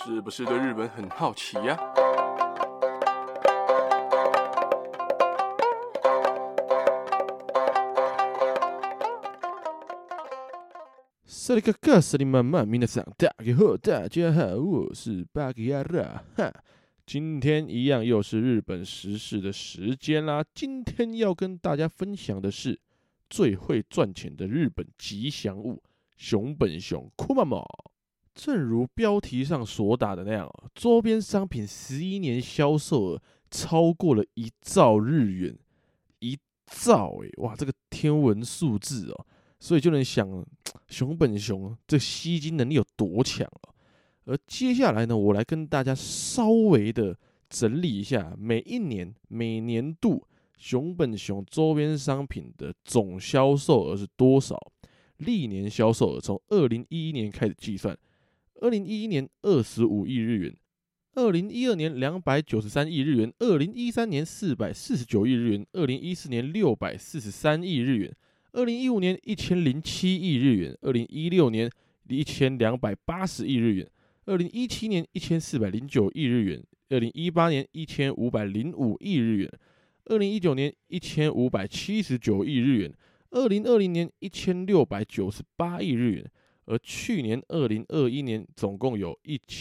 是不是对日本很好奇呀？ 萨利卡卡萨利曼曼，皆さん大家好，我是巴吉亚拉哈。今天一样又是日本时事的时间啦。今天要跟大家分享的是最会赚钱的日本吉祥物熊本熊库玛玛。正如标题上所打的那样，周边商品11年销售额超过了1兆日元，1兆哇，这个天文数字哦。所以就能想熊本熊这吸金能力有多强哦。而接下来呢，我来跟大家稍微的整理一下每年度熊本熊周边商品的总销售额是多少，历年销售额从2011年开始计算，2011年25亿日元，2012年293亿日元，2013年449亿日元，2014年643亿日元。2015年1007亿日元，2016年1280亿日元，2017年1409亿日元，2018年1505亿日元，2019年1579亿日元，2020年1698亿日元，而去年2021年总共有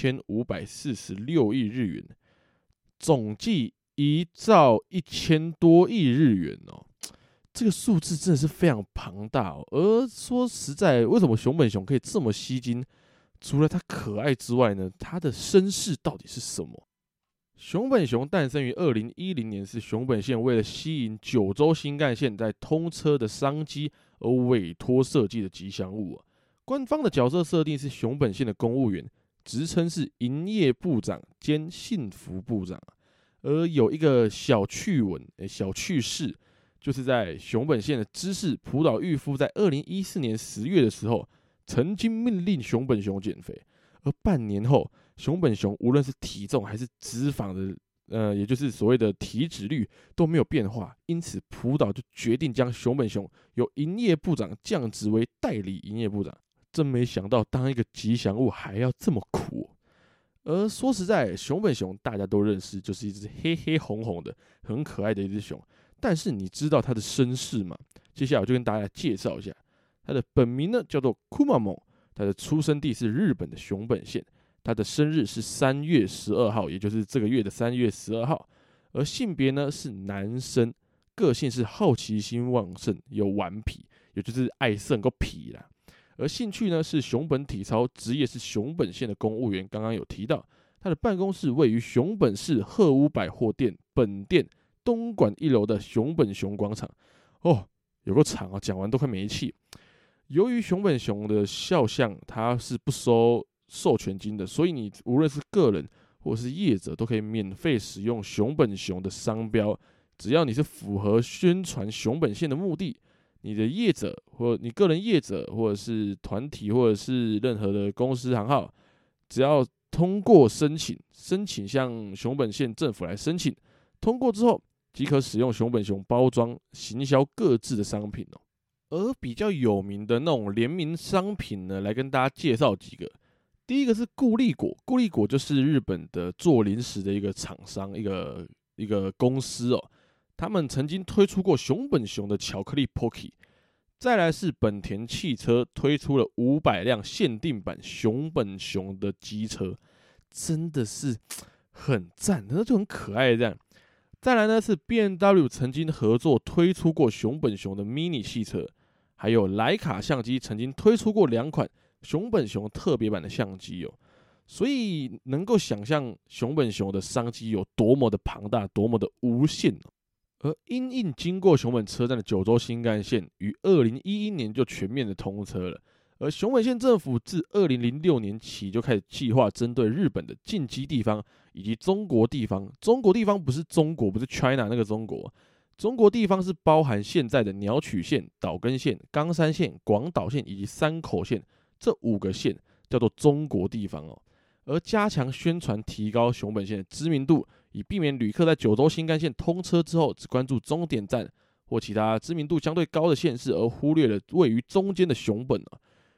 1546亿日元，总计1兆1000多亿日元哦。这个数字真的是非常庞大哦。而说实在，为什么熊本熊可以这么吸睛？除了它可爱之外呢，它的身世到底是什么？熊本熊诞生于2010年，是熊本县为了吸引九州新干线在通车的商机而委托设计的吉祥物啊。官方的角色设定是熊本县的公务员，职称是营业部长兼幸福部长。而有一个小趣闻、小趣事。就是在熊本县的知事浦岛裕夫在2014年10月的时候，曾经命令熊本熊减肥，而半年后，熊本熊无论是体重还是脂肪的，也就是所谓的体脂率都没有变化，因此浦岛就决定将熊本熊由营业部长降职为代理营业部长。真没想到，当一个吉祥物还要这么苦哦。而说实在，熊本熊大家都认识，就是一只黑黑红红的、很可爱的一只熊。但是你知道他的身世吗？接下来我就跟大家介绍一下，他的本名呢叫做库玛蒙，他的出生地是日本的熊本县，他的生日是3月12号，也就是这个月的3月12号，而性别呢是男生，个性是好奇心旺盛，有顽皮，也就是爱胜够皮啦。而兴趣呢是熊本体操，职业是熊本县的公务员，刚刚有提到，他的办公室位于熊本市鹤屋百货店本店东馆1楼的熊本熊广场。哦，有够长啊，讲完都快没气。由于熊本熊的肖像它是不收授权金的，所以你无论是个人或是业者都可以免费使用熊本熊的商标，只要你是符合宣传熊本县的目的，你的业者或你个人业者或者是团体或者是任何的公司行号，只要通过申请向熊本县政府来申请，通过之后即可使用熊本熊包装行销各自的商品哦。而比较有名的那种联名商品呢，来跟大家介绍几个。第一个是固力果，固力果就是日本的做零食的一个厂商，一个公司哦。他们曾经推出过熊本熊的巧克力 Pocky。再来是本田汽车推出了500辆限定版熊本熊的机车，真的是很赞，那就很可爱这样。再来呢是 BMW 曾经合作推出过熊本熊的 mini 汽车，还有徕卡相机曾经推出过2款熊本熊特别版的相机哦。所以能够想象熊本熊的商机有多么的庞大，多么的无限哦。而因应经过熊本车站的九州新干线于2011年就全面的通车了，而熊本县政府自2006年起就开始计划针对日本的近畿地方以及中国地方，中国地方不是中国，不是 China 那个中国，中国地方是包含现在的鸟取县、岛根县、冈山县、广岛县以及山口县这5个县，叫做中国地方哦。而加强宣传，提高熊本县的知名度，以避免旅客在九州新干线通车之后只关注终点站或其他知名度相对高的县市，而忽略了位于中间的熊本啊。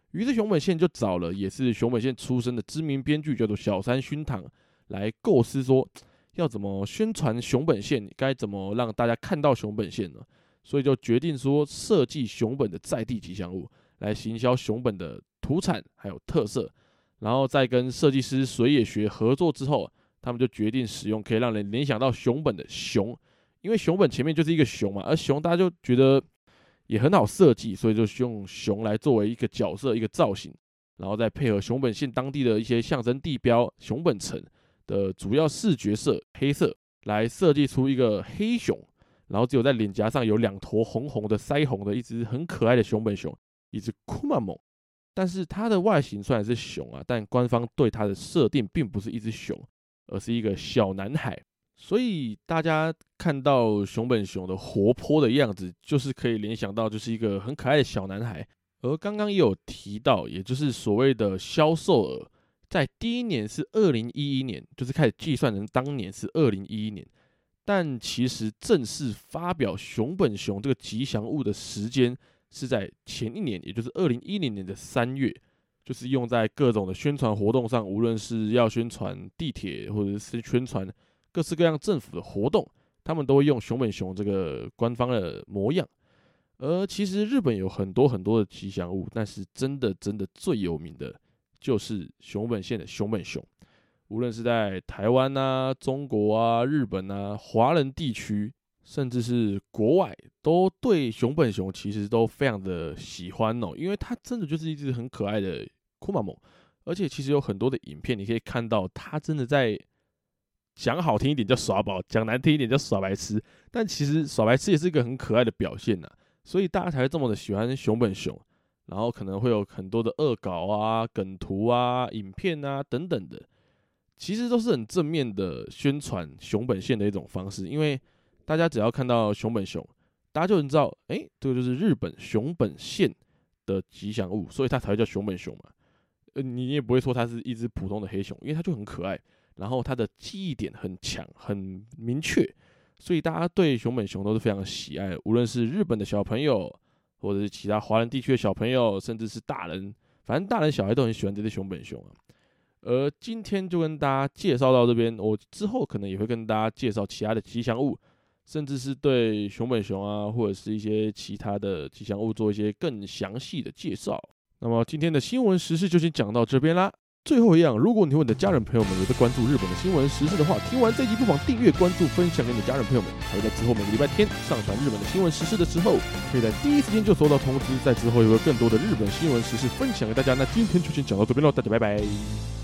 于是熊本县就找了也是熊本县出身的知名编剧，叫做小山熏堂，来构思说要怎么宣传熊本县，该怎么让大家看到熊本县呢？所以就决定说设计熊本的在地吉祥物，来行销熊本的土产还有特色。然后再跟设计师水野学合作之后，他们就决定使用可以让人联想到熊本的熊，因为熊本前面就是一个熊嘛，而熊大家就觉得也很好设计，所以就用熊来作为一个角色一个造型，然后再配合熊本县当地的一些象征地标熊本城的主要视觉色黑色，来设计出一个黑熊，然后只有在脸颊上有2坨红红的腮红的一只很可爱的熊本熊，一只库玛蒙。但是它的外形虽然是熊啊，但官方对它的设定并不是一只熊，而是一个小男孩。所以大家看到熊本熊的活泼的样子，就是可以联想到就是一个很可爱的小男孩。而刚刚也有提到，也就是所谓的销售额，在第一年是2011年，就是开始计算成当年是2011年，但其实正式发表熊本熊这个吉祥物的时间是在前一年，也就是2010年的3月，就是用在各种的宣传活动上，无论是要宣传地铁，或者是宣传各式各样政府的活动，他们都会用熊本熊这个官方的模样。而其实日本有很多很多的吉祥物，但是真的最有名的就是熊本县的熊本熊。无论是在台湾啊、中国啊、日本啊、华人地区，甚至是国外，都对熊本熊其实都非常的喜欢哦，因为它真的就是一只很可爱的库玛蒙，而且其实有很多的影片，你可以看到它真的在讲好听一点叫耍宝，讲难听一点叫耍白痴，但其实耍白痴也是一个很可爱的表现呐，所以大家才会这么的喜欢熊本熊，然后可能会有很多的恶搞啊、梗图啊、影片啊等等的，其实都是很正面的宣传熊本县的一种方式，因为大家只要看到熊本熊，大家就能知道，这个就是日本熊本县的吉祥物，所以它才会叫熊本熊嘛。你也不会说它是一只普通的黑熊，因为它就很可爱，然后它的记忆点很强、很明确，所以大家对熊本熊都是非常喜爱的，无论是日本的小朋友，或者是其他华人地区的小朋友，甚至是大人，反正大人小孩都很喜欢这只熊本熊啊。而今天就跟大家介绍到这边，我之后可能也会跟大家介绍其他的吉祥物，甚至是对熊本熊啊，或者是一些其他的吉祥物做一些更详细的介绍。那么今天的新闻时事就先讲到这边啦。最后一样，如果你和你的家人朋友们有在关注日本的新闻时事的话，听完这集不妨订阅、关注、分享给你的家人朋友们，还会在之后每个礼拜天上传日本的新闻时事的时候，可以在第一时间就收到通知。在之后也会有更多的日本新闻时事分享给大家。那今天就先讲到这边喽，大家拜拜。